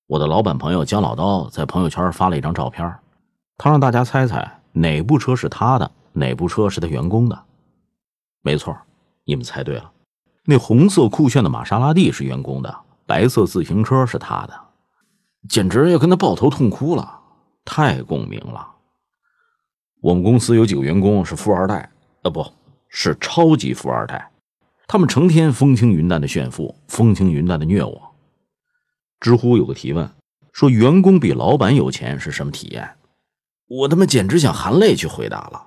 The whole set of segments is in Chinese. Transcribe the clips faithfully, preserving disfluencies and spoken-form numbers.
我的老板朋友姜老刀在朋友圈发了一张照片，他让大家猜猜哪部车是他的，哪部车是他员工的。没错，你们猜对了，那红色酷炫的玛莎拉蒂是员工的，白色自行车是他的。简直要跟他抱头痛哭了，太共鸣了。我们公司有几个员工是富二代，呃，不是超级富二代，他们成天风轻云淡的炫富，风轻云淡的虐我。知乎有个提问，说员工比老板有钱是什么体验？我他妈简直想含泪去回答了。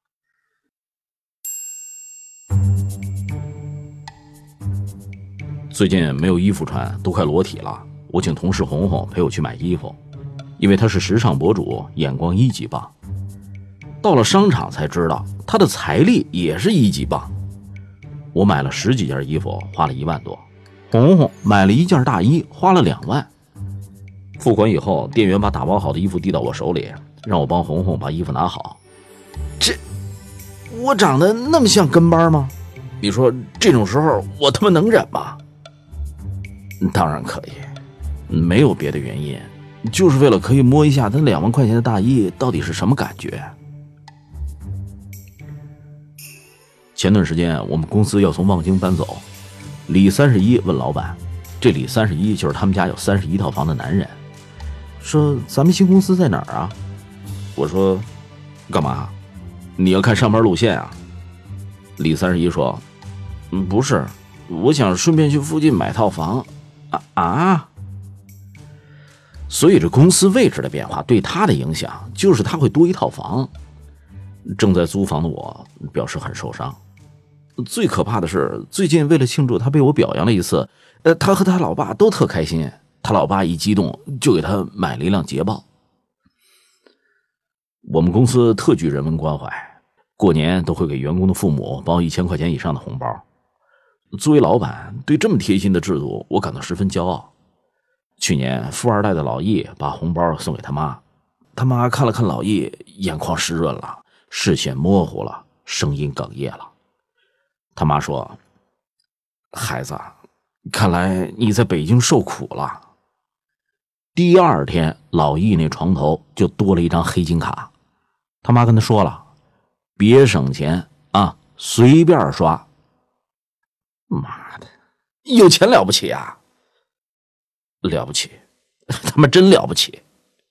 最近没有衣服穿，都快裸体了，我请同事红红陪我去买衣服，因为他是时尚博主，眼光一级棒。到了商场才知道他的财力也是一级棒。我买了十几件衣服，花了一万多，红红买了一件大衣，花了两万。付款以后，店员把打包好的衣服递到我手里，让我帮红红把衣服拿好。这我长得那么像跟班吗？你说这种时候我他妈能忍吗？当然可以，没有别的原因，就是为了可以摸一下他两万块钱的大衣到底是什么感觉。前段时间我们公司要从望京搬走，李三十一问老板，这李三十一就是他们家有三十一套房的男人，说咱们新公司在哪儿啊？我说干嘛？你要看上班路线啊？李三十一说，嗯，不是，我想顺便去附近买套房。啊啊！所以这公司位置的变化对他的影响就是他会多一套房。正在租房的我表示很受伤。最可怕的是，最近为了庆祝他被我表扬了一次，呃，他和他老爸都特开心。他老爸一激动就给他买了一辆捷豹。我们公司特具人文关怀，过年都会给员工的父母包一千块钱以上的红包。作为老板，对这么贴心的制度我感到十分骄傲。去年富二代的老易把红包送给他妈，他妈看了看老易，眼眶湿润了，视线模糊了，声音哽咽了。他妈说，孩子，看来你在北京受苦了。第二天老易那床头就多了一张黑金卡，他妈跟他说了，别省钱啊，随便刷。妈的，有钱了不起啊？了不起，他妈真了不起。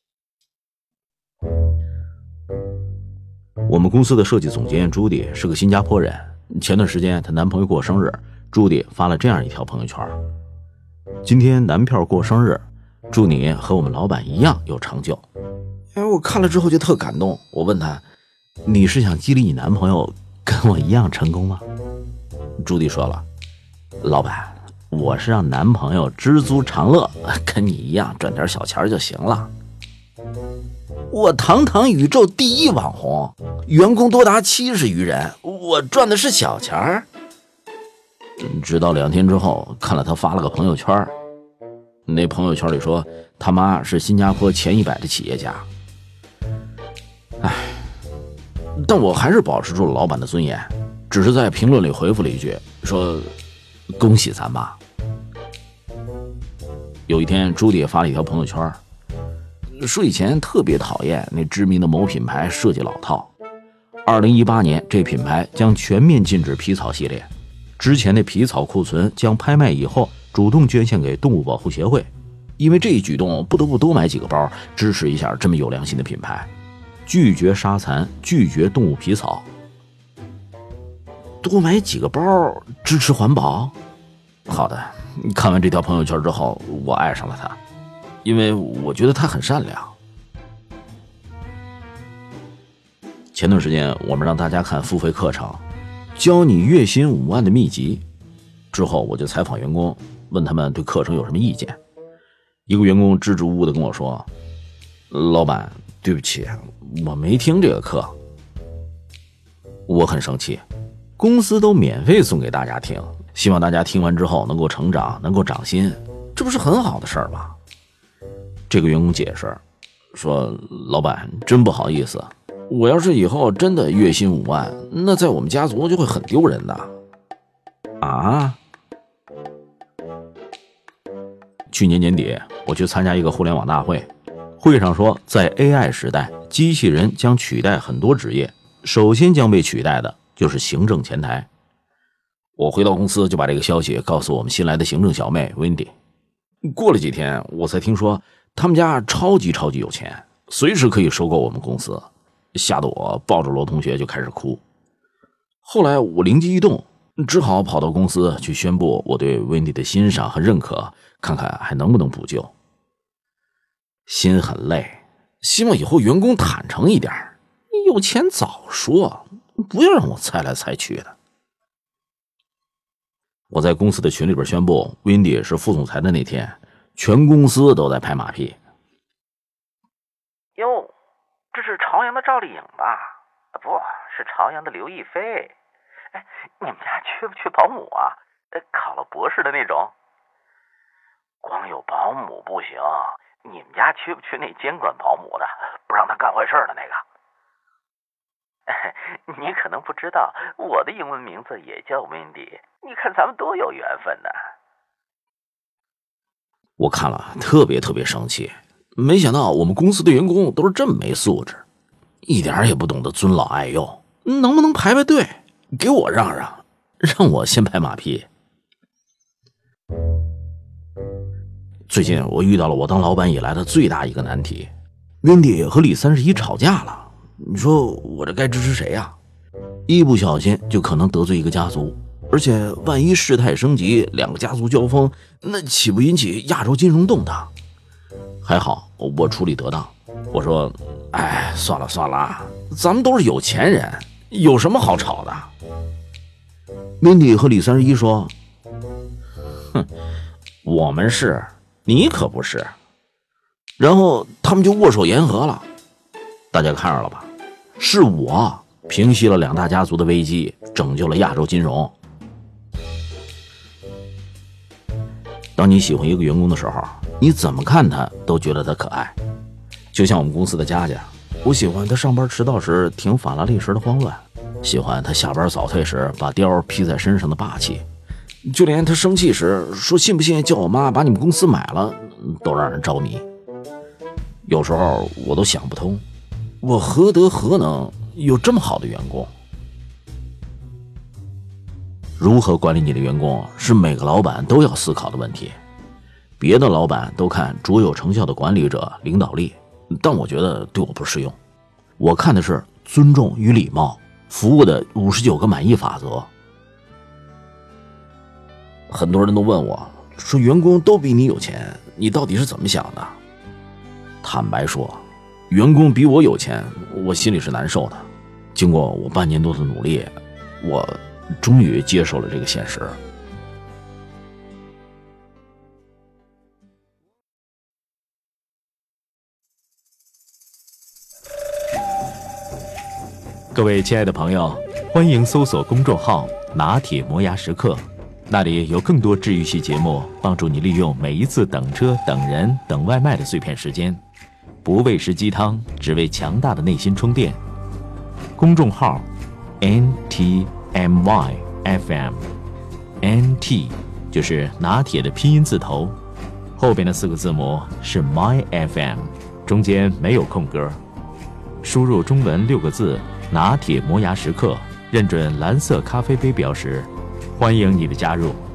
我们公司的设计总监朱迪是个新加坡人，前段时间她男朋友过生日，朱迪发了这样一条朋友圈，今天男票过生日，祝你和我们老板一样有成就。哎，我看了之后就特感动，我问他，你是想激励你男朋友跟我一样成功吗？朱迪说了，老板，我是让男朋友知足常乐，跟你一样赚点小钱就行了。我堂堂宇宙第一网红，员工多达七十余人，我赚的是小钱儿。直到两天之后，看了他发了个朋友圈，那朋友圈里说他妈是新加坡前一百的企业家。唉，但我还是保持住了老板的尊严，只是在评论里回复了一句，说恭喜咱妈。有一天朱迪也发了一条朋友圈，说以前特别讨厌那知名的某品牌设计老套，二零一八年这品牌将全面禁止皮草系列，之前的皮草库存将拍卖以后主动捐献给动物保护协会，因为这一举动不得不多买几个包支持一下这么有良心的品牌，拒绝杀残，拒绝动物皮草。多买几个包支持环保？好的，看完这条朋友圈之后，我爱上了他，因为我觉得他很善良。前段时间我们让大家看付费课程，教你月薪五万的秘籍，之后我就采访员工，问他们对课程有什么意见。一个员工支支吾吾的跟我说，老板，对不起，我没听这个课。我很生气，公司都免费送给大家听，希望大家听完之后能够成长，能够长心，这不是很好的事儿吗？这个员工解释说，老板，真不好意思，我要是以后真的月薪五万，那在我们家族就会很丢人的。啊？去年年底我去参加一个互联网大会，会上说，在 A I 时代，机器人将取代很多职业，首先将被取代的就是行政前台。我回到公司就把这个消息告诉我们新来的行政小妹 Wendy。 过了几天，我才听说他们家超级超级有钱，随时可以收购我们公司，吓得我抱着罗同学就开始哭。后来我灵机一动，只好跑到公司去宣布我对 Wendy 的欣赏和认可，看看还能不能补救。心很累，希望以后员工坦诚一点，有钱早说，不要让我猜来猜去的。我在公司的群里边宣布 Wendy 是副总裁的那天，全公司都在拍马屁。 哟，这是朝阳的赵丽颖吧？不是朝阳的刘亦菲。哎，你们家缺不缺保姆啊？考了博士的那种。光有保姆不行，你们家缺不缺那监管保姆的，不让他干坏事的那个？你可能不知道，我的英文名字也叫 Wendy， 你看咱们多有缘分呢。 我看了特别特别生气，没想到我们公司的员工都是这么没素质，一点也不懂得尊老爱幼，能不能排排队，给我让让，让我先拍马屁。最近我遇到了我当老板以来的最大一个难题， Wendy 和李三十一吵架了，你说我这该支持谁呀？一不小心就可能得罪一个家族，而且万一事态升级，两个家族交锋，那岂不引起亚洲金融动荡？还好我处理得当，我说哎，算了算了，咱们都是有钱人，有什么好吵的。 Wendy 和李三十一说，哼，我们是，你可不是。然后他们就握手言和了。大家看着了吧，是我平息了两大家族的危机，拯救了亚洲金融。当你喜欢一个员工的时候，你怎么看他都觉得他可爱。就像我们公司的佳佳，我喜欢他上班迟到时挺法拉利时的慌乱，喜欢他下班早退时把貂披在身上的霸气，就连他生气时说信不信叫我妈把你们公司买了，都让人着迷。有时候我都想不通，我何德何能有这么好的员工？如何管理你的员工是每个老板都要思考的问题。别的老板都看卓有成效的管理者领导力，但我觉得对我不适用。我看的是尊重与礼貌，服务的五十九个满意法则。很多人都问我说，员工都比你有钱，你到底是怎么想的？坦白说，员工比我有钱，我心里是难受的。经过我半年多的努力，我终于接受了这个现实。 各位亲爱的朋友，欢迎搜索公众号拿铁磨牙时刻，那里有更多治愈系节目，帮助你利用每一次等车、等人、等外卖的碎片时间，不喂食鸡汤，只为强大的内心充电。公众号 N T M Y F M， N T 就是拿铁的拼音字头，后边的四个字母是 My F M， 中间没有空格。输入中文六个字拿铁磨牙时刻，认准蓝色咖啡杯标识，欢迎你的加入。